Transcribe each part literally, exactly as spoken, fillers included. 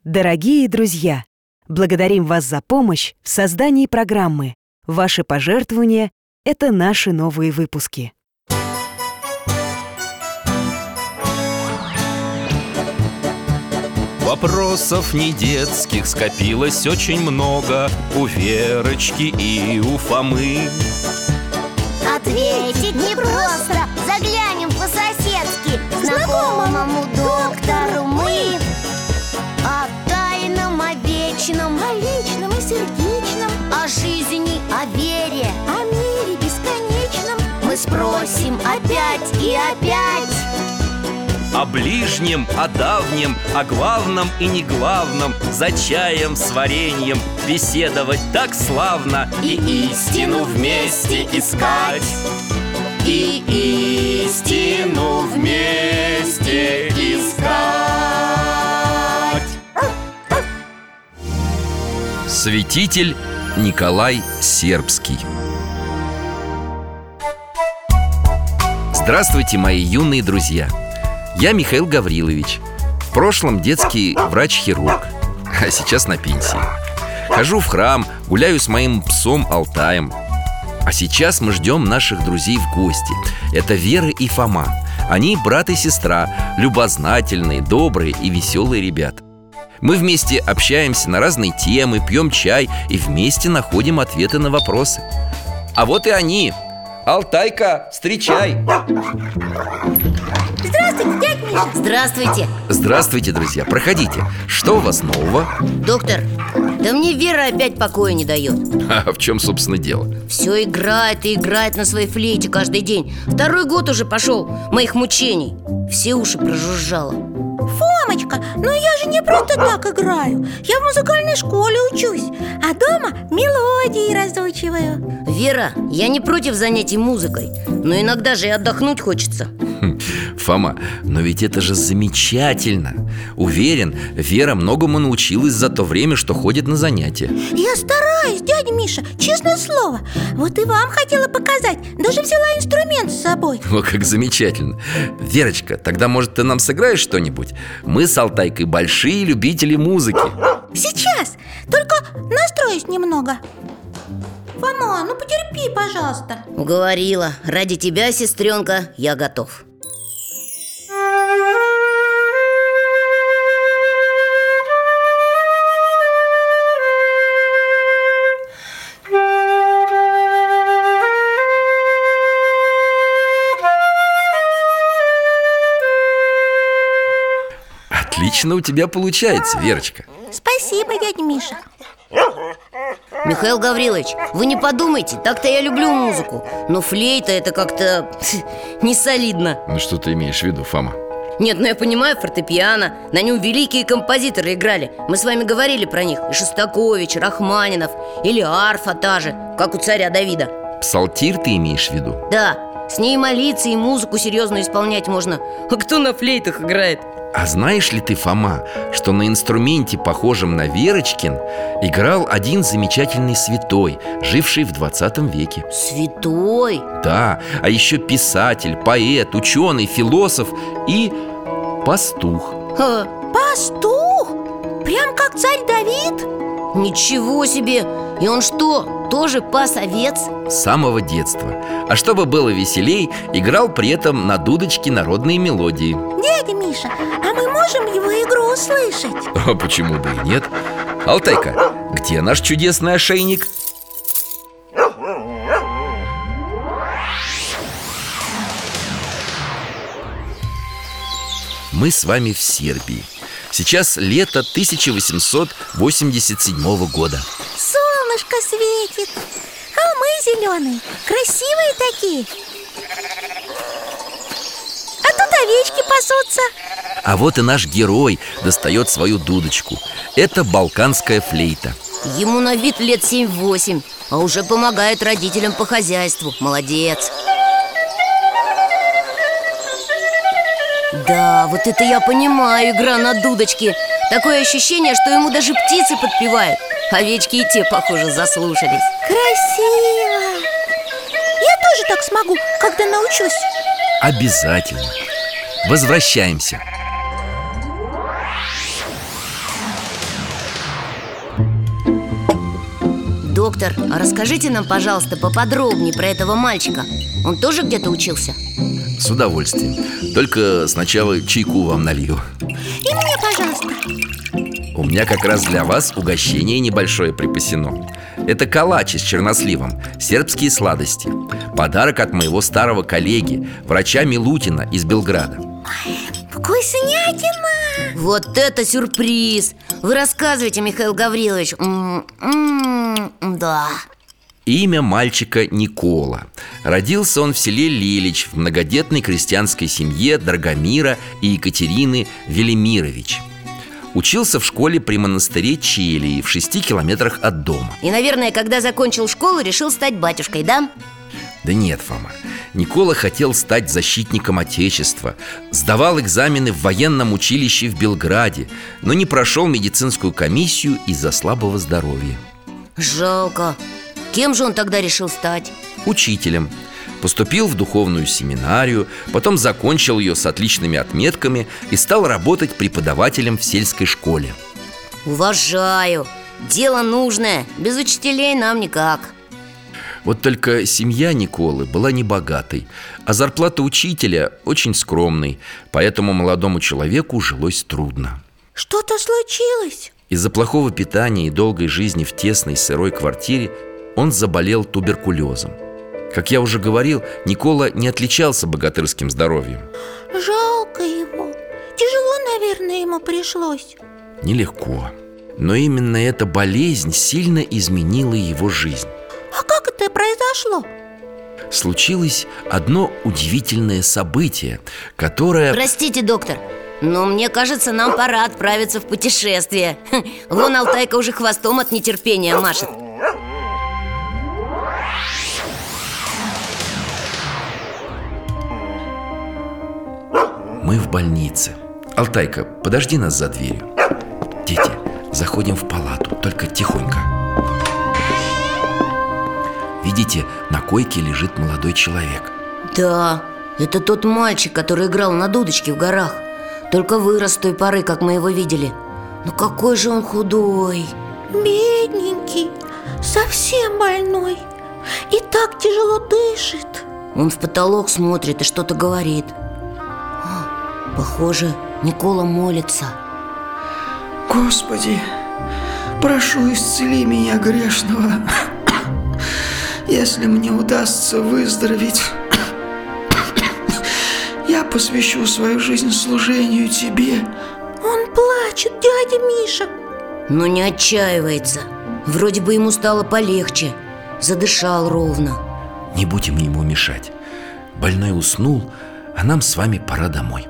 Дорогие друзья, благодарим вас за помощь в создании программы. Ваши пожертвования – это наши новые выпуски. Вопросов не детских скопилось очень много у Верочки и у Фомы. Ответить непросто, заглянем по-соседски к знакомому доктору мы. О тайном, о вечном, о личном и сердечном, о жизни, о вере, о мире бесконечном мы спросим опять и опять. О ближнем, о давнем, о главном и неглавном, за чаем с вареньем беседовать так славно. И истину вместе искать, и истину вместе искать. Святитель Николай Сербский. Здравствуйте, мои юные друзья! Я Михаил Гаврилович. В прошлом детский врач-хирург, а сейчас на пенсии. Хожу в храм, гуляю с моим псом Алтаем. А сейчас мы ждем наших друзей в гости. Это Вера и Фома. Они брат и сестра, любознательные, добрые и веселые ребята. Мы вместе общаемся на разные темы, пьем чай и вместе находим ответы на вопросы. А вот и они. Алтайка, встречай! Здравствуйте, дядя Миша! Здравствуйте! Здравствуйте, друзья, проходите. Что у вас нового? Доктор, да мне Вера опять покоя не дает. А в чем, собственно, дело? Все играет и играет на своей флейте каждый день. Второй год уже пошел моих мучений. Все уши прожужжало. Фомочка, ну я же не просто так играю. Я в музыкальной школе учусь, а дома мелодии разучиваю. Вера, я не против занятий музыкой, но иногда же и отдохнуть хочется. Фома, но ведь это же замечательно. Уверен, Вера многому научилась за то время, что ходит на занятия. Я стараюсь, дядя Миша, честное слово. Вот и вам хотела показать. Даже взяла инструмент с собой. О, как замечательно. Верочка, тогда, может, ты нам сыграешь что-нибудь? Мы с Алтайкой большие любители музыки. Сейчас, только настроюсь немного. Фома, ну потерпи, пожалуйста. Уговорила. Ради тебя, сестренка, я готов. Отлично у тебя получается, Верочка. Спасибо, дядя Миша. Михаил Гаврилович, вы не подумайте, так-то я люблю музыку, но флейта это как-то не солидно. Ну что ты имеешь в виду, Фома? Нет, ну я понимаю, фортепиано. На нем великие композиторы играли. Мы с вами говорили про них. И Шостакович, Рахманинов, или арфа та же, как у царя Давида. Псалтирь ты имеешь в виду? Да, с ней молиться и музыку серьезно исполнять можно. А кто на флейтах играет? А знаешь ли ты, Фома, что на инструменте, похожем на Верочкин, играл один замечательный святой, живший в двадцатом веке? Святой? Да, а еще писатель, поэт, ученый, философ и пастух. Ха. Пастух? Прям как царь Давид? Ничего себе! И он что, тоже пас овец? С самого детства. А чтобы было веселей, играл при этом на дудочке народные мелодии. Дядя Миша, а мы можем его игру услышать? А почему бы и нет? Алтайка, где наш чудесный ошейник? Мы с вами в Сербии. Сейчас лето тысяча восемьсот восемьдесят седьмого года. Солнышко светит, холмы зеленые, красивые такие. А тут овечки пасутся. А вот и наш герой достает свою дудочку. Это балканская флейта. Ему на вид лет семь-восемь, а уже помогает родителям по хозяйству. Молодец. Да, вот это я понимаю, игра на дудочке. Такое ощущение, что ему даже птицы подпевают. Овечки и те, похоже, заслушались. Красиво. Я тоже так смогу, когда научусь. Обязательно. Возвращаемся. Доктор, а расскажите нам, пожалуйста, поподробнее про этого мальчика. Он тоже где-то учился? С удовольствием. Только сначала чайку вам налью. И мне, пожалуйста. У меня как раз для вас угощение небольшое припасено. Это калачи с черносливом, сербские сладости. Подарок от моего старого коллеги, врача Милутина из Белграда. Вкуснятина! Вот это сюрприз! Вы рассказывайте, Михаил Гаврилович. М-м-м, да. Имя мальчика Никола. Родился он в селе Лелич в многодетной крестьянской семье Драгомира и Екатерины Велимирович. Учился в школе при монастыре Челии в шести километрах от дома. И, наверное, когда закончил школу, решил стать батюшкой, да? Да нет, Фома. Никола хотел стать защитником Отечества. Сдавал экзамены в военном училище в Белграде, но не прошел медицинскую комиссию из-за слабого здоровья. Жалко. Кем же он тогда решил стать? Учителем. Поступил в духовную семинарию, потом закончил ее с отличными отметками и стал работать преподавателем в сельской школе. Уважаю. Дело нужное. Без учителей нам никак. Вот только семья Николы была небогатой, а зарплата учителя очень скромной, поэтому молодому человеку жилось трудно. Что-то случилось? Из-за плохого питания и долгой жизни в тесной сырой квартире он заболел туберкулезом. Как я уже говорил, Никола не отличался богатырским здоровьем. Жалко его. Тяжело, наверное, ему пришлось. Нелегко. Но именно эта болезнь сильно изменила его жизнь. А как это произошло? Случилось одно удивительное событие, которое... Простите, доктор, но мне кажется, нам пора отправиться в путешествие. Вон Алтайка уже хвостом от нетерпения машет. Мы в больнице. Алтайка, подожди нас за дверью. Дети, заходим в палату, только тихонько. Видите, на койке лежит молодой человек. Да, это тот мальчик, который играл на дудочке в горах. Только вырос с той поры, как мы его видели. Но какой же он худой. Бедненький, совсем больной. И так тяжело дышит. Он в потолок смотрит и что-то говорит. Похоже, Никола молится. Господи, прошу, исцели меня грешного. Если мне удастся выздороветь, я посвящу свою жизнь служению Тебе. Он плачет, дядя Миша. Но не отчаивается. Вроде бы ему стало полегче. Задышал ровно. Не будем ему мешать. Больной уснул, а нам с вами пора домой.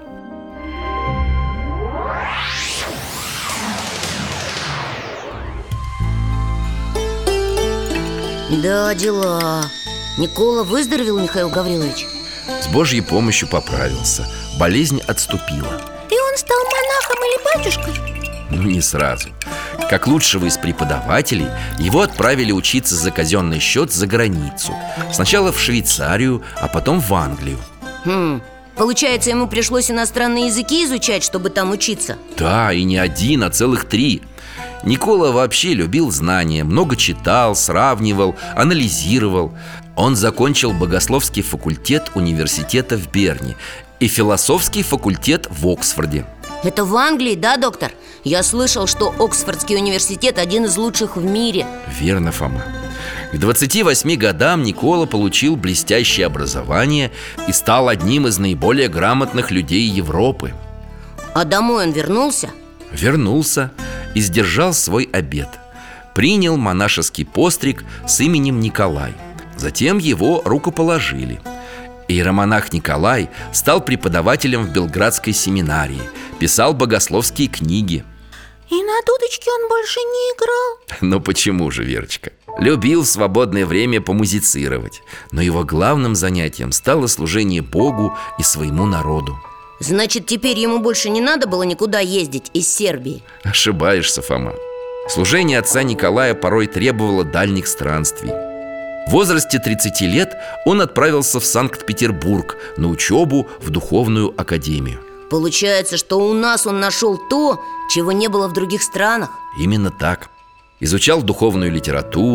Да, дела. Никола выздоровел, Михаил Гаврилович? С Божьей помощью поправился. Болезнь отступила. И он стал монахом или батюшкой? Ну, не сразу. Как лучшего из преподавателей, его отправили учиться за казенный счет за границу. Сначала в Швейцарию, а потом в Англию. Хм, получается, ему пришлось иностранные языки изучать, чтобы там учиться? Да, и не один, а целых три. Никола вообще любил знания, много читал, сравнивал, анализировал. Он закончил богословский факультет университета в Берне и философский факультет в Оксфорде. Это в Англии, да, доктор? Я слышал, что Оксфордский университет один из лучших в мире. Верно, Фома. К двадцати восьми годам Никола получил блестящее образование и стал одним из наиболее грамотных людей Европы. А домой он вернулся? Вернулся и сдержал свой обет. Принял монашеский постриг с именем Николай. Затем его рукоположили. Иеромонах Николай стал преподавателем в Белградской семинарии, писал богословские книги. И на дудочке он больше не играл? Ну почему же, Верочка? Любил в свободное время помузицировать. Но его главным занятием стало служение Богу и своему народу. Значит, теперь ему больше не надо было никуда ездить из Сербии? Ошибаешься, Фома. Служение отца Николая порой требовало дальних странствий. В возрасте тридцати лет он отправился в Санкт-Петербург на учебу в духовную академию. Получается, что у нас он нашел то, чего не было в других странах? Именно так. Изучал духовную литературу,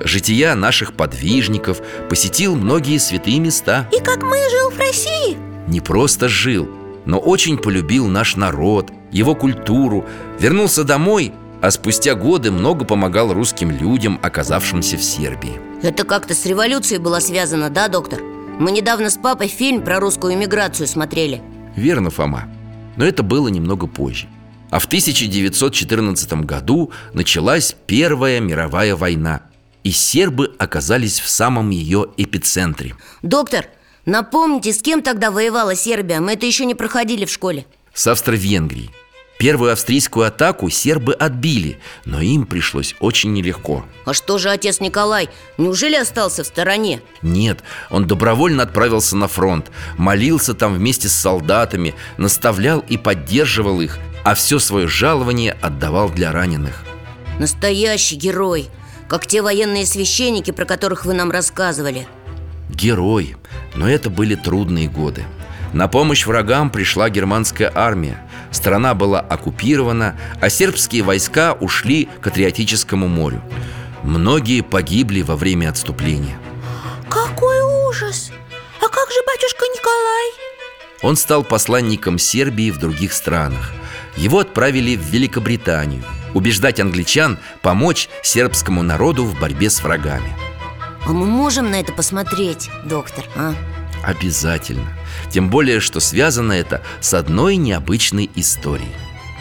жития наших подвижников, посетил многие святые места. И как мы жил в России? Не просто жил, но очень полюбил наш народ, его культуру, вернулся домой, а спустя годы много помогал русским людям, оказавшимся в Сербии. Это как-то с революцией было связано, да, доктор? Мы недавно с папой фильм про русскую эмиграцию смотрели. Верно, Фома, но это было немного позже. А в тысяча девятьсот четырнадцатом году началась Первая мировая война, и сербы оказались в самом ее эпицентре. Доктор, напомните, с кем тогда воевала Сербия? Мы это еще не проходили в школе. С Австро-Венгрией. Первую австрийскую атаку сербы отбили, но им пришлось очень нелегко. А что же отец Николай? Неужели остался в стороне? Нет, он добровольно отправился на фронт, молился там вместе с солдатами, наставлял и поддерживал их, а все свое жалование отдавал для раненых. Настоящий герой, как те военные священники, про которых вы нам рассказывали. Герой, но это были трудные годы. На помощь врагам пришла германская армия. Страна была оккупирована, а сербские войска ушли к Адриатическому морю. Многие погибли во время отступления. Какой ужас! А как же батюшка Николай? Он стал посланником Сербии в других странах. Его отправили в Великобританию убеждать англичан помочь сербскому народу в борьбе с врагами. А мы можем на это посмотреть, доктор, а? Обязательно. Тем более, что связано это с одной необычной историей.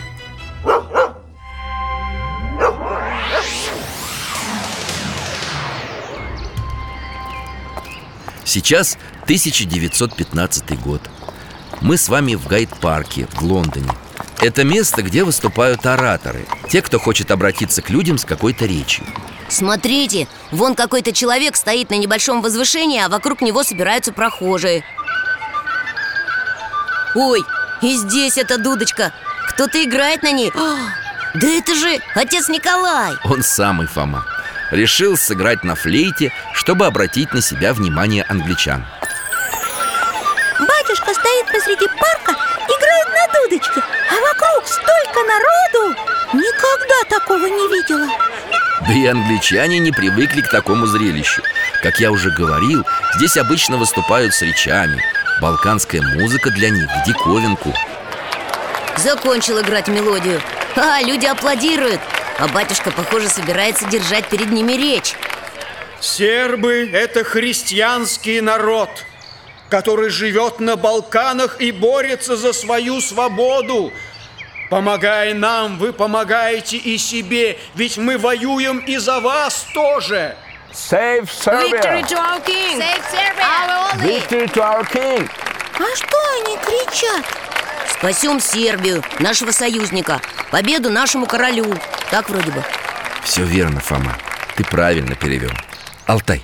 Сейчас тысяча девятьсот пятнадцатый год. Мы с вами в Гайд-парке в Лондоне. Это место, где выступают ораторы, те, кто хочет обратиться к людям с какой-то речью. Смотрите, вон какой-то человек стоит на небольшом возвышении, а вокруг него собираются прохожие. Ой, и здесь эта дудочка. Кто-то играет на ней. О, да это же отец Николай. Он самый, Фома. Решил сыграть на флейте, чтобы обратить на себя внимание англичан. Батюшка стоит посреди парка, играет на дудочке, а вокруг столько народу! Никогда такого не видела. Да и англичане не привыкли к такому зрелищу. Как я уже говорил, здесь обычно выступают с речами. Балканская музыка для них в диковинку. Закончил играть мелодию. А, люди аплодируют. А батюшка, похоже, собирается держать перед ними речь. Сербы – это христианский народ, который живет на Балканах и борется за свою свободу. Помогая нам, вы помогаете и себе, ведь мы воюем и за вас тоже. Save Serbia! Victory to our king! Save Serbia! Victory to our king! А что они кричат? Спасем Сербию, нашего союзника. Победу нашему королю. Так вроде бы. Все верно, Фома. Ты правильно перевел. Алтай.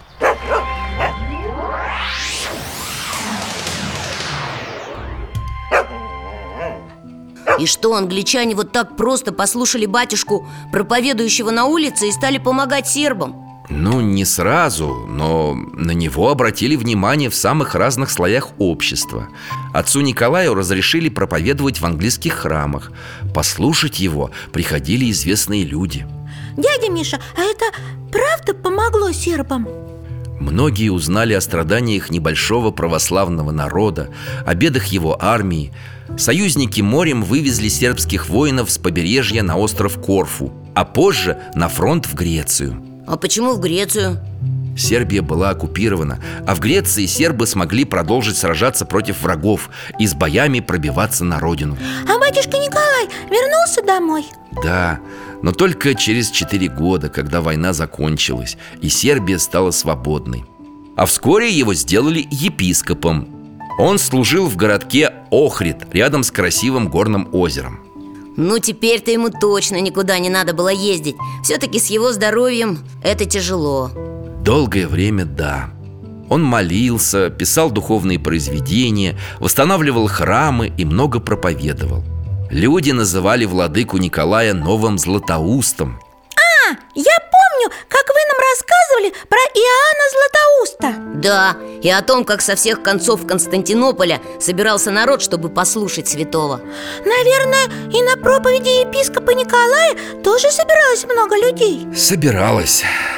И что, англичане вот так просто послушали батюшку, проповедующего на улице, и стали помогать сербам? Ну, не сразу, но на него обратили внимание в самых разных слоях общества. Отцу Николаю разрешили проповедовать в английских храмах. Послушать его приходили известные люди. Дядя Миша, а это правда помогло сербам? Многие узнали о страданиях небольшого православного народа, о бедах его армии. Союзники морем вывезли сербских воинов с побережья на остров Корфу, а позже на фронт в Грецию. А почему в Грецию? Сербия была оккупирована, а в Греции сербы смогли продолжить сражаться против врагов и с боями пробиваться на родину. А батюшка Николай вернулся домой? Да, но только через четыре года, когда война закончилась и Сербия стала свободной. А вскоре его сделали епископом. Он служил в городке Охрид, рядом с красивым горным озером. Ну, теперь-то ему точно никуда не надо было ездить. Все-таки с его здоровьем это тяжело. Долгое время, да. Он молился, писал духовные произведения, восстанавливал храмы и много проповедовал. Люди называли владыку Николая новым Златоустом. А, я помню, как вы нам рассказывали про Иоанна Златоуста. Да, и о том, как со всех концов Константинополя собирался народ, чтобы послушать святого. Наверное, и на проповеди епископа Николая тоже собиралось много людей. Собиралось.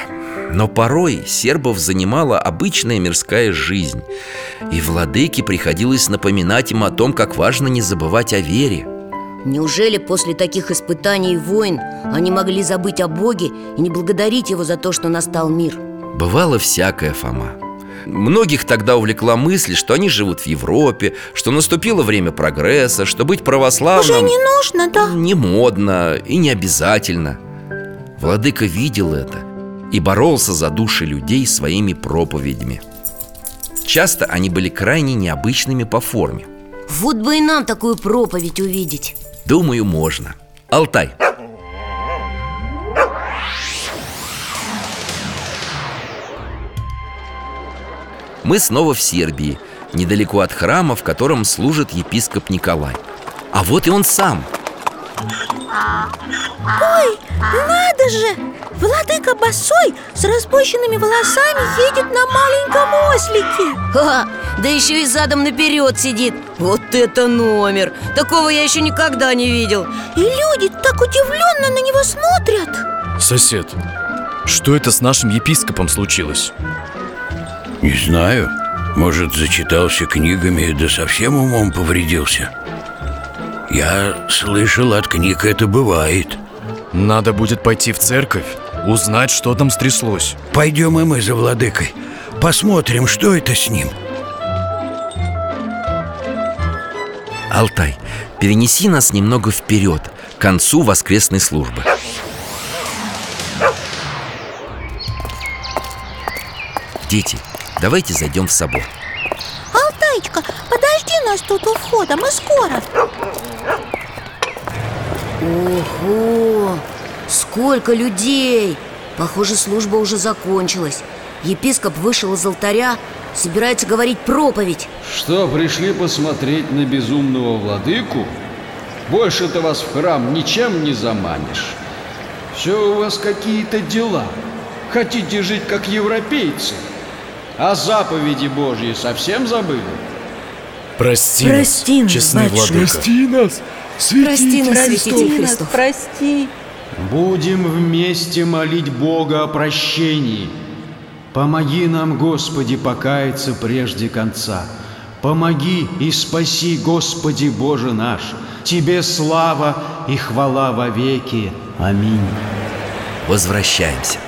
Но порой сербов занимала обычная мирская жизнь, и владыке приходилось напоминать им о том, как важно не забывать о вере. Неужели после таких испытаний и войн они могли забыть о Боге и не благодарить Его за то, что настал мир? Бывало всякое, Фома. Многих тогда увлекла мысль, что они живут в Европе, что наступило время прогресса, что быть православным Уже не нужно, да? не модно и не обязательно. Владыка видел это и боролся за души людей своими проповедями. Часто они были крайне необычными по форме. Вот бы и нам такую проповедь увидеть. Думаю, можно. Алтай. Мы снова в Сербии, недалеко от храма, в котором служит епископ Николай. А вот и он сам. Ой, надо же! Владыка босой с распущенными волосами едет на маленьком ослике. Ха, да еще и задом наперед сидит. Вот это номер! Такого я еще никогда не видел. И люди так удивленно на него смотрят. Сосед, что это с нашим епископом случилось? Не знаю. Может, зачитался книгами, да совсем умом повредился. Я слышал, от книг это бывает. Надо будет пойти в церковь, узнать, что там стряслось. Пойдем и мы за владыкой. Посмотрим, что это с ним. Алтай, перенеси нас немного вперед, к концу воскресной службы. Дети, давайте зайдем в собор. Алтаечка, подожди нас тут у входа, мы скоро. Ого! Сколько людей! Похоже, служба уже закончилась. Епископ вышел из алтаря, собирается говорить проповедь. Что, пришли посмотреть на безумного владыку? Больше-то вас в храм ничем не заманишь. Все у вас какие-то дела. Хотите жить как европейцы? А заповеди Божьи совсем забыли? Прости, Прости нас, нас, честный батюшка. владыка. Прости нас, Прости нас, святитель святитель Христов. Прости. Будем вместе молить Бога о прощении. Помоги нам, Господи, покаяться прежде конца. Помоги и спаси, Господи Боже наш. Тебе слава и хвала вовеки. Аминь. Возвращаемся.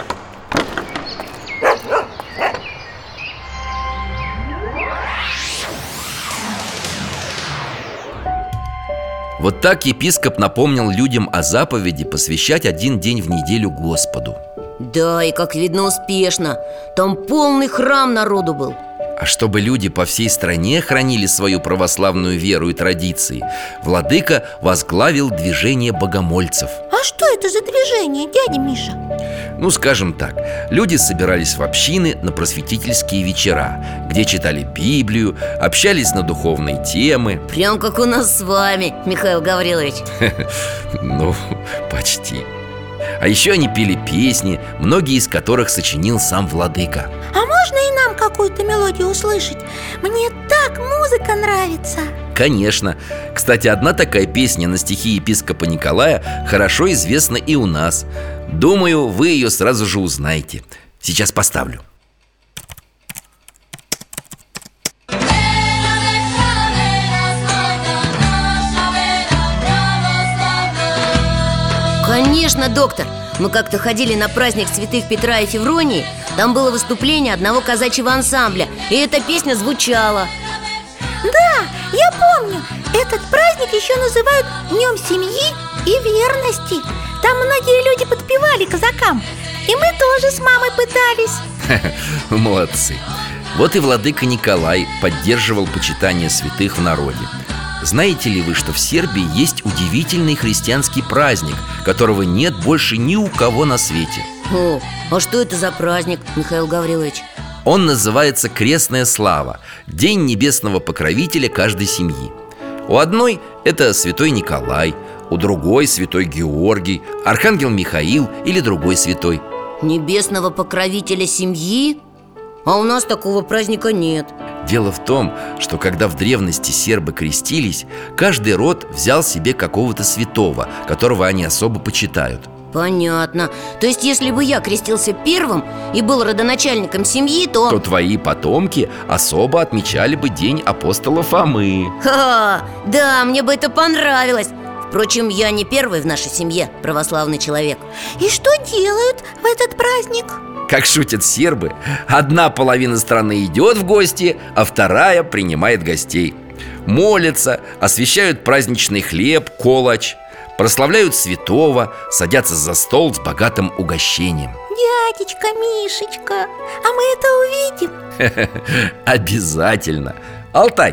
Вот так епископ напомнил людям о заповеди посвящать один день в неделю Господу. Да, и как видно, успешно. Там полный храм народу был. А чтобы люди по всей стране хранили свою православную веру и традиции, владыка возглавил движение богомольцев. А что это за движение, дядя Миша? Ну, скажем так, люди собирались в общины на просветительские вечера, где читали Библию, общались на духовные темы. Прям как у нас с вами, Михаил Гаврилович. Ну, почти. А еще они пели песни, многие из которых сочинил сам владыка. А можно и нам какую-то мелодию услышать? Мне так музыка нравится. Конечно. Кстати, одна такая песня на стихи епископа Николая хорошо известна и у нас. Думаю, вы ее сразу же узнаете. Сейчас поставлю. Конечно, доктор. Мы как-то ходили на праздник святых Петра и Февронии. Там было выступление одного казачьего ансамбля, и эта песня звучала. Да, я помню. Этот праздник еще называют Днем семьи и верности. Там многие люди подпевали казакам. И мы тоже с мамой пытались. Молодцы. Вот и владыка Николай поддерживал почитание святых в народе. Знаете ли вы, что в Сербии есть удивительный христианский праздник, которого нет больше ни у кого на свете? О, а что это за праздник, Михаил Гаврилович? Он называется Крестная Слава, День небесного покровителя каждой семьи. У одной это святой Николай, у другой святой Георгий, архангел Михаил или другой святой. Небесного покровителя семьи? А у нас такого праздника нет. Дело в том, что когда в древности сербы крестились, каждый род взял себе какого-то святого, которого они особо почитают. Понятно. То есть, если бы я крестился первым и был родоначальником семьи, то... То твои потомки особо отмечали бы день апостола Фомы. Ха, да, мне бы это понравилось. Впрочем, я не первый в нашей семье православный человек. И что делают в этот праздник? Как шутят сербы, одна половина страны идет в гости, а вторая принимает гостей. Молятся, освящают праздничный хлеб, колач, прославляют святого, садятся за стол с богатым угощением. Дядечка Мишечка, а мы это увидим? Обязательно. Алтай!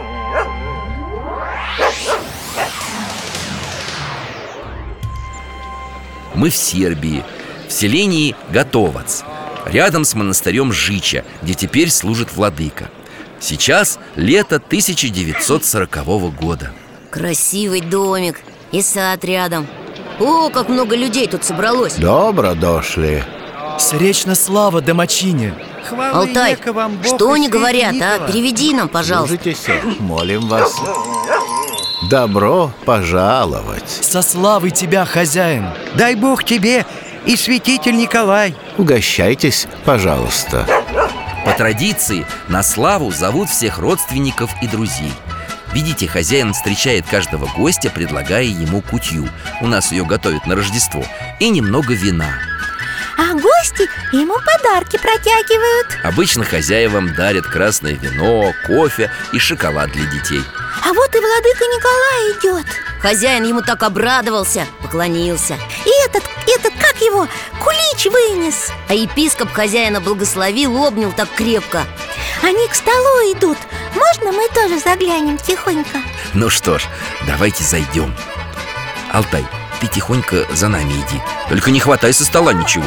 Мы в Сербии, в селении Готовац, рядом с монастырем Жича, где теперь служит владыка. Сейчас лето тысяча девятьсот сорокового года. Красивый домик и сад рядом. О, как много людей тут собралось. Добро дошли. Сречна слава домочине. Алтай, что они говорят, а? Переведи нам, пожалуйста. Служитесь, молим вас. Добро пожаловать. Со славой тебя, хозяин. Дай Бог тебе и святитель Николай. Угощайтесь, пожалуйста. По традиции на славу зовут всех родственников и друзей. Видите, хозяин встречает каждого гостя, предлагая ему кутью. У нас ее готовят на Рождество. И немного вина. А гости ему подарки протягивают. Обычно хозяевам дарят красное вино, кофе и шоколад для детей. А вот и владыка Николай идет. Хозяин ему так обрадовался, поклонился. И этот, этот, как его, кулич вынес. А епископ хозяина благословил, обнял так крепко. Они к столу идут. Можно мы тоже заглянем тихонько? Ну что ж, давайте зайдем. Алтай, ты тихонько за нами иди. Только не хватай со стола ничего.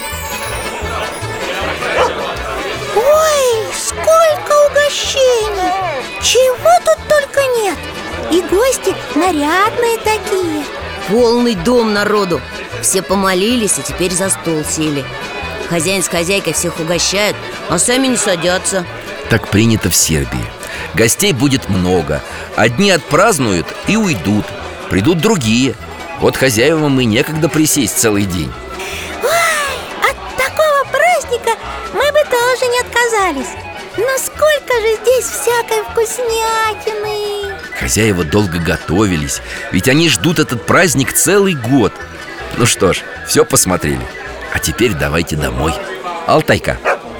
Ой, сколько угощений! Чего тут только нет! И гости нарядные такие. Полный дом народу. Все помолились и теперь за стол сели. Хозяин с хозяйкой всех угощают, а сами не садятся. Так принято в Сербии. Гостей будет много. Одни отпразднуют и уйдут. Придут другие. Вот хозяевам и некогда присесть целый день. Ой, от такого праздника мы бы тоже не отказались. Но сколько же здесь всякой вкуснятины! Хозяева долго готовились, ведь они ждут этот праздник целый год. Ну что ж, все посмотрели. А теперь давайте домой. Алтайка.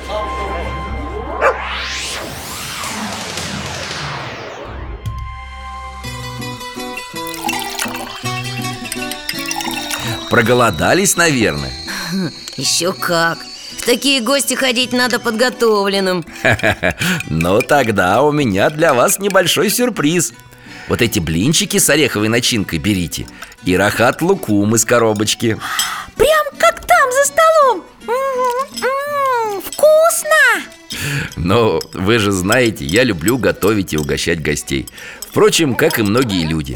Проголодались, наверное? Еще как. В такие гости ходить надо подготовленным. Ну тогда у меня для вас небольшой сюрприз. Вот эти блинчики с ореховой начинкой берите. И рахат лукум из коробочки. Прям как там за столом. М-м-м, вкусно! Но вы же знаете, я люблю готовить и угощать гостей. Впрочем, как и многие люди.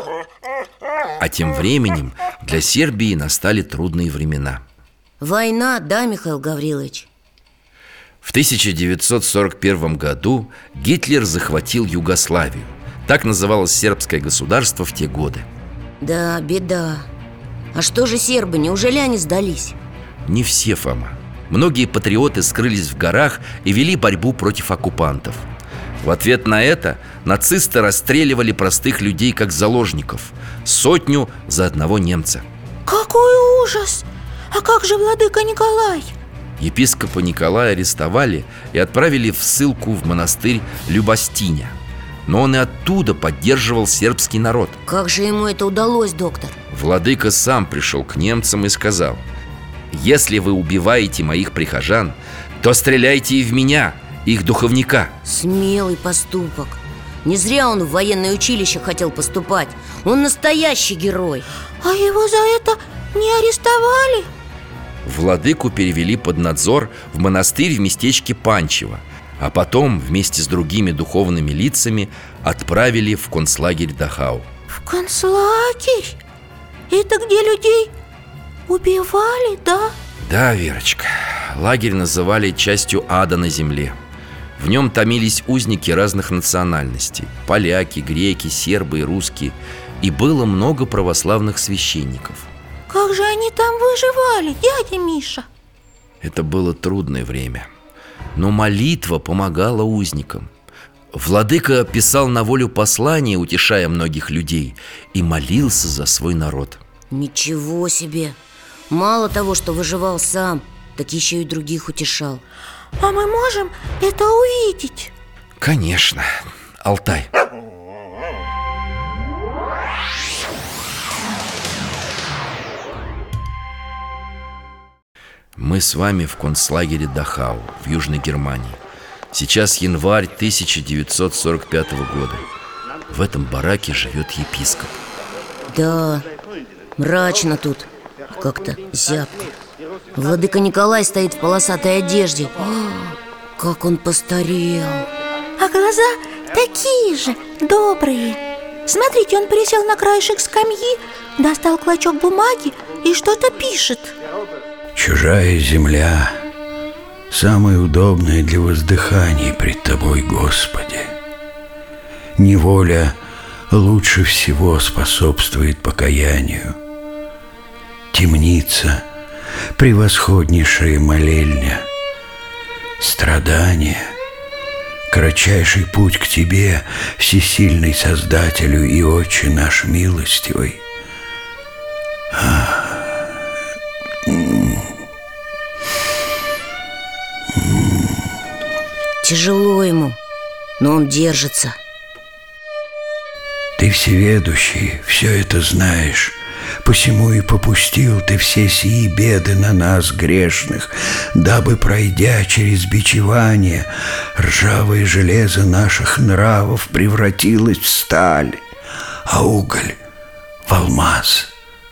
А тем временем для Сербии настали трудные времена. Война, да, Михаил Гаврилович? В тысяча девятьсот сорок первом году Гитлер захватил Югославию. Так называлось сербское государство в те годы. Да, беда. А что же сербы, неужели они сдались? Не все, Фома. Многие патриоты скрылись в горах и вели борьбу против оккупантов. В ответ на это нацисты расстреливали простых людей как заложников. Сотню за одного немца. Какой ужас! А как же владыка Николай? Епископа Николая арестовали и отправили в ссылку в монастырь Любастиня. Но он и оттуда поддерживал сербский народ. Как же ему это удалось, доктор? Владыка сам пришел к немцам и сказал: «Если вы убиваете моих прихожан, то стреляйте и в меня, их духовника». Смелый поступок. Не зря он в военное училище хотел поступать. Он настоящий герой. А его за это не арестовали? Владыку перевели под надзор в монастырь в местечке Панчево, а потом вместе с другими духовными лицами отправили в концлагерь Дахау. В концлагерь? Это где людей убивали, да? Да, Верочка, лагерь называли частью ада на земле. В нем томились узники разных национальностей: поляки, греки, сербы и русские. И было много православных священников. Как же они там выживали, дядя Миша? Это было трудное время, но молитва помогала узникам. Владыка писал на волю послания, утешая многих людей, и молился за свой народ. Ничего себе! Мало того, что выживал сам, так еще и других утешал. А мы можем это увидеть? Конечно. Алтай. Мы с вами в концлагере Дахау в Южной Германии. Сейчас январь тысяча девятьсот сорок пятого года. В этом бараке живет епископ. Да, мрачно тут, как-то зябко. Владыка Николай стоит в полосатой одежде. О, как он постарел. А глаза такие же, добрые. Смотрите, он присел на краешек скамьи, достал клочок бумаги и что-то пишет. Чужая земля, самое удобное для воздыхания пред Тобой, Господи. Неволя лучше всего способствует покаянию. Темница — превосходнейшая молельня. Страдания — кратчайший путь к Тебе, всесильный Создателю и Отче наш милостивый. Тяжело ему, но он держится. Ты всеведущий, все это знаешь, посему и попустил Ты все сии беды на нас, грешных, дабы, пройдя через бичевание, ржавое железо наших нравов превратилось в сталь, а уголь — в алмаз.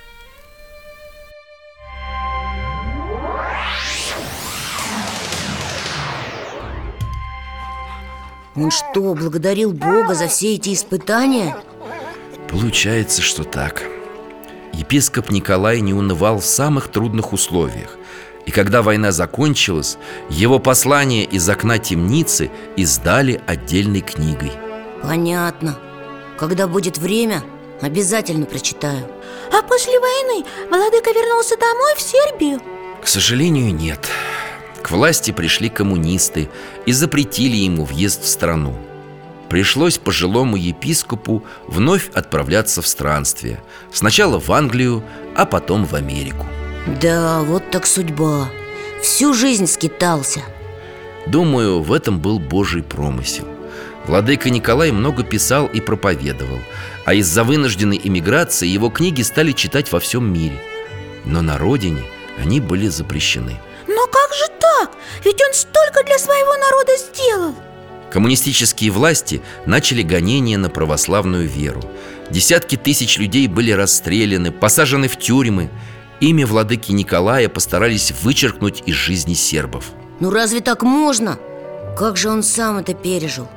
Он что, благодарил Бога за все эти испытания? Получается, что так. Епископ Николай не унывал в самых трудных условиях. И когда война закончилась, его послание из окна темницы издали отдельной книгой. Понятно. Когда будет время, обязательно прочитаю. А после войны владыка вернулся домой в Сербию? К сожалению, нет. К власти пришли коммунисты и запретили ему въезд в страну. Пришлось пожилому епископу вновь отправляться в странствие. Сначала в Англию, а потом в Америку. Да, вот так судьба. Всю жизнь скитался. Думаю, в этом был Божий промысел. Владыка Николай много писал и проповедовал, а из-за вынужденной эмиграции его книги стали читать во всем мире. Но на родине они были запрещены. Но как же так? Ведь он столько для своего народа сделал. Коммунистические власти начали гонения на православную веру. Десятки тысяч людей были расстреляны, посажены в тюрьмы. Имя владыки Николая постарались вычеркнуть из жизни сербов. Ну разве так можно? Как же он сам это пережил?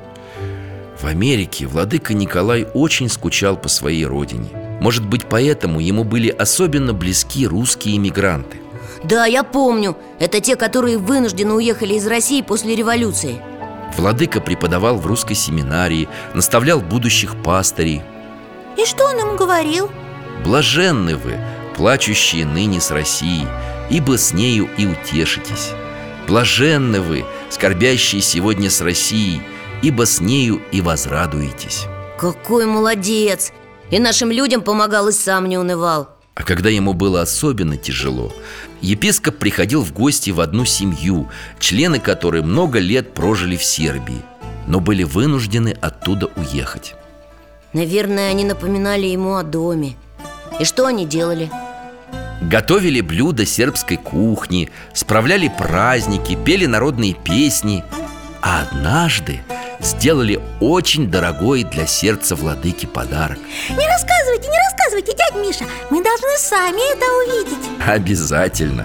В Америке владыка Николай очень скучал по своей родине. Может быть, поэтому ему были особенно близки русские эмигранты. Да, я помню. Это те, которые вынужденно уехали из России после революции. Владыка преподавал в русской семинарии, наставлял будущих пастырей. И что он им говорил? «Блаженны вы, плачущие ныне с Россией, ибо с нею и утешитесь. Блаженны вы, скорбящие сегодня с Россией, ибо с нею и возрадуетесь». Какой молодец! И нашим людям помогал, и сам не унывал. А когда ему было особенно тяжело, епископ приходил в гости в одну семью, члены которой много лет прожили в Сербии, но были вынуждены оттуда уехать. Наверное, они напоминали ему о доме. И что они делали? Готовили блюда сербской кухни, справляли праздники, пели народные песни. А однажды сделали очень дорогой для сердца владыки подарок. Не рассказывайте, не рассказывайте, дядя Миша. Мы должны сами это увидеть. Обязательно.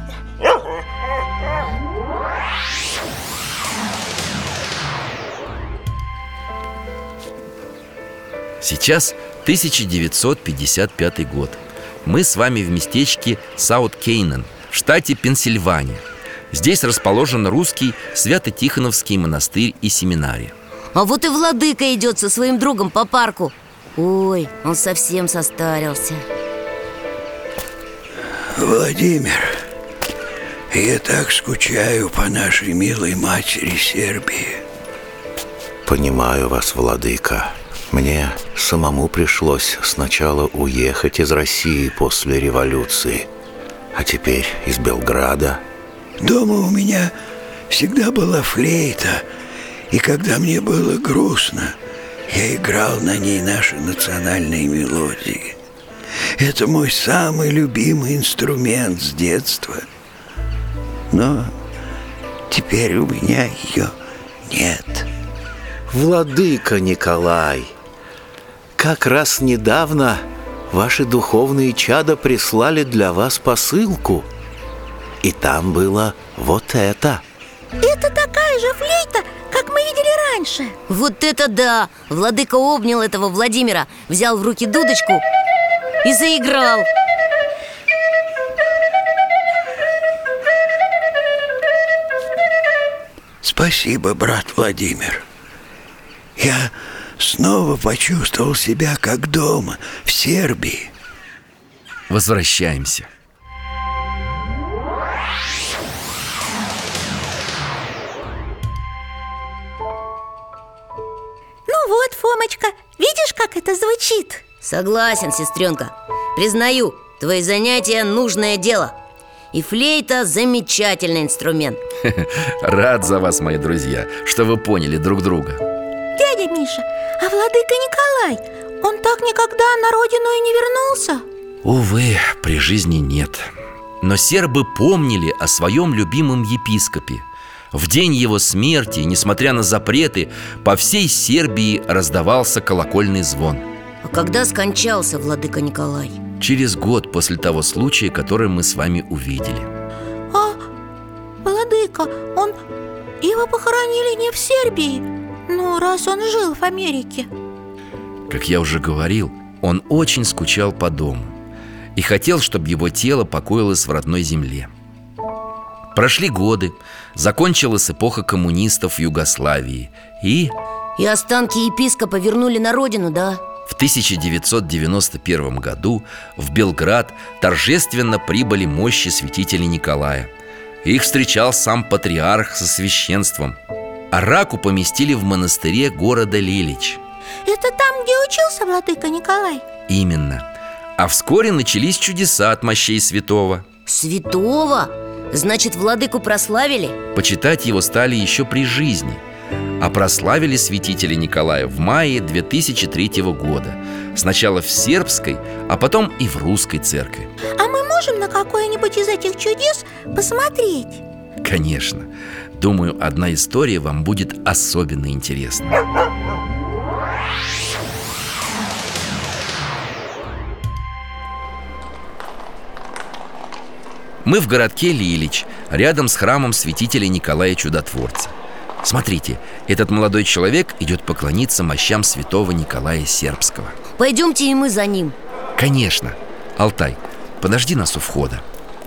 Сейчас тысяча девятьсот пятьдесят пятый год. Мы с вами в местечке Саут-Кейнен в штате Пенсильвания. Здесь расположен русский Свято-Тихоновский монастырь и семинария. А вот и владыка идет со своим другом по парку. Ой, он совсем состарился. Владимир, я так скучаю по нашей милой матери Сербии. Понимаю вас, владыка. Мне самому пришлось сначала уехать из России после революции, а теперь из Белграда. Дома у меня всегда была флейта, и когда мне было грустно, я играл на ней наши национальные мелодии. Это мой самый любимый инструмент с детства. Но теперь у меня ее нет. Владыка Николай, как раз недавно ваши духовные чада прислали для вас посылку, и там было вот это. Это такая же флейта, как мы видели раньше. Вот это да! Владыка обнял этого Владимира, взял в руки дудочку и заиграл. Спасибо, брат Владимир. Я снова почувствовал себя как дома, в Сербии. Возвращаемся. Ну вот, Фомочка, видишь, как это звучит? Согласен, сестренка. Признаю, твои занятия – нужное дело. И флейта – замечательный инструмент. Рад за вас, мои друзья, что вы поняли друг друга. Дядя Миша, а владыка Николай, он так никогда на родину и не вернулся? Увы, при жизни нет. Но сербы помнили о своем любимом епископе. В день его смерти, несмотря на запреты, по всей Сербии раздавался колокольный звон. А когда скончался владыка Николай? Через год после того случая, который мы с вами увидели. А владыка, он... его похоронили не в Сербии, ну, раз он жил в Америке. Как я уже говорил, он очень скучал по дому и хотел, чтобы его тело покоилось в родной земле. Прошли годы, закончилась эпоха коммунистов в Югославии, и... И останки епископа вернули на родину, да? В тысяча девятьсот девяносто первом году в Белград торжественно прибыли мощи святителя Николая. Их встречал сам патриарх со священством. А раку поместили в монастыре города Лилич. Это там, где учился владыка Николай? Именно. А вскоре начались чудеса от мощей святого. Святого? Значит, владыку прославили? Почитать его стали еще при жизни. А прославили святителя Николая в мае две тысячи третьего года. Сначала в сербской, а потом и в русской церкви. А мы можем на какое-нибудь из этих чудес посмотреть? Конечно. Думаю, одна история вам будет особенно интересна. Мы в городке Лилич, рядом с храмом святителя Николая Чудотворца. Смотрите, этот молодой человек идет поклониться мощам святого Николая Сербского. Пойдемте и мы за ним. Конечно. Алтай, подожди нас у входа.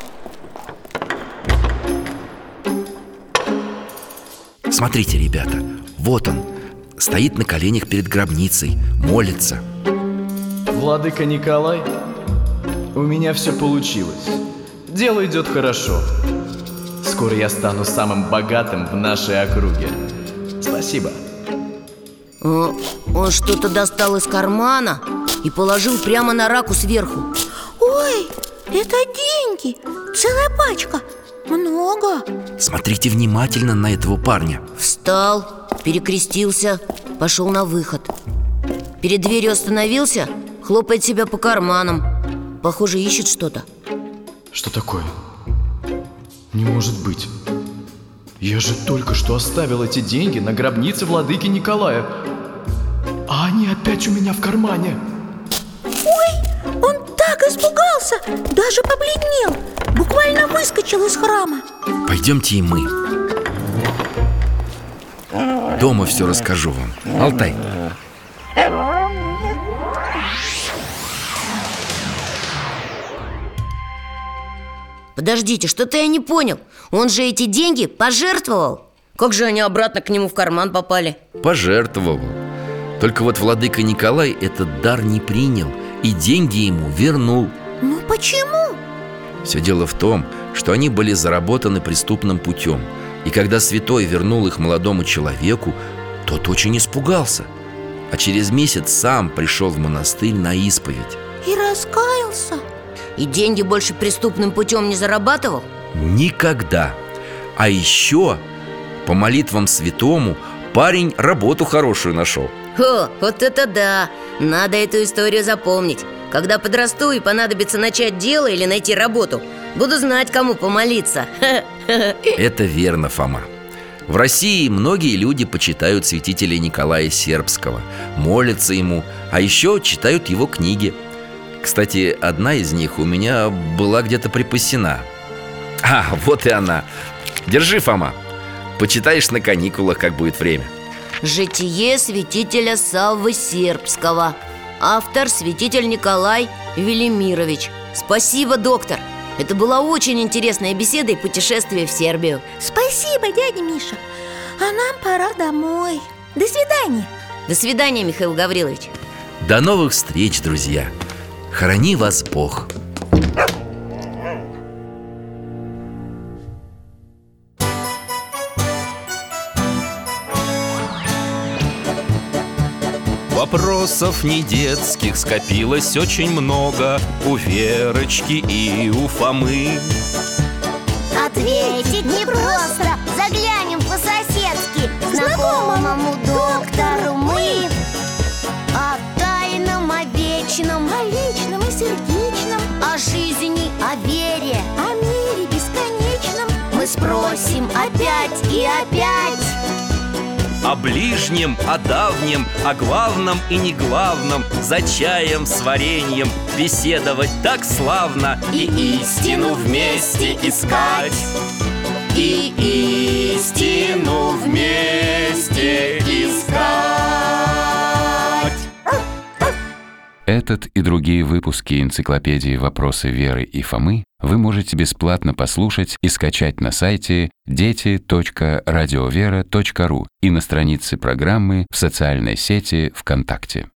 Смотрите, ребята, вот он, стоит на коленях перед гробницей, молится. Владыка Николай, у меня все получилось. Дело идет хорошо. Скоро я стану самым богатым в нашей округе. Спасибо. О, он что-то достал из кармана и положил прямо на раку сверху. Ой, это деньги, целая пачка. Много. Смотрите внимательно на этого парня. Встал, перекрестился, пошел на выход. Перед дверью остановился, хлопает себя по карманам. Похоже, ищет что-то. Что такое? Не может быть. Я же только что оставил эти деньги на гробнице владыки Николая. А они опять у меня в кармане. Ой, он так испугался, даже побледнел. Буквально выскочил из храма. Пойдемте и мы. Дома все расскажу вам. Алтай. Подождите, что-то я не понял. Он же эти деньги пожертвовал. Как же они обратно к нему в карман попали? Пожертвовал. Только вот владыка Николай этот дар не принял и деньги ему вернул. Ну почему? Все дело в том, что они были заработаны преступным путем. И когда святой вернул их молодому человеку, тот очень испугался. А через месяц сам пришел в монастырь на исповедь. И раскаялся? И деньги больше преступным путем не зарабатывал? Никогда. А еще, по молитвам святому, парень работу хорошую нашел. О, вот это да! Надо эту историю запомнить. Когда подрасту и понадобится начать дело или найти работу, буду знать, кому помолиться. Это верно, Фома. В России многие люди почитают святителя Николая Сербского, молятся ему, а еще читают его книги. Кстати, одна из них у меня была где-то припасена. А, вот и она. Держи, Фома. Почитаешь на каникулах, как будет время. «Житие святителя Саввы Сербского». Автор святитель Николай Велимирович. Спасибо, доктор. Это была очень интересная беседа и путешествие в Сербию. Спасибо, дядя Миша. А нам пора домой. До свидания. До свидания, Михаил Гаврилович. До новых встреч, друзья. Храни вас Бог. Вопросов не детских скопилось очень много у Верочки и у Фомы. Ответить непросто, заглянем по-соседски к знакомому доктору мы. О тайном, о вечном, о личном и сердечном, о жизни, о вере, о мире бесконечном мы спросим опять и опять. О ближнем, о давнем, о главном и неглавном, за чаем с вареньем беседовать так славно. И истину вместе искать, и истину вместе искать. Этот и другие выпуски энциклопедии «Вопросы Веры и Фомы» вы можете бесплатно послушать и скачать на сайте дети точка радиовера точка ру и на странице программы в социальной сети ВКонтакте.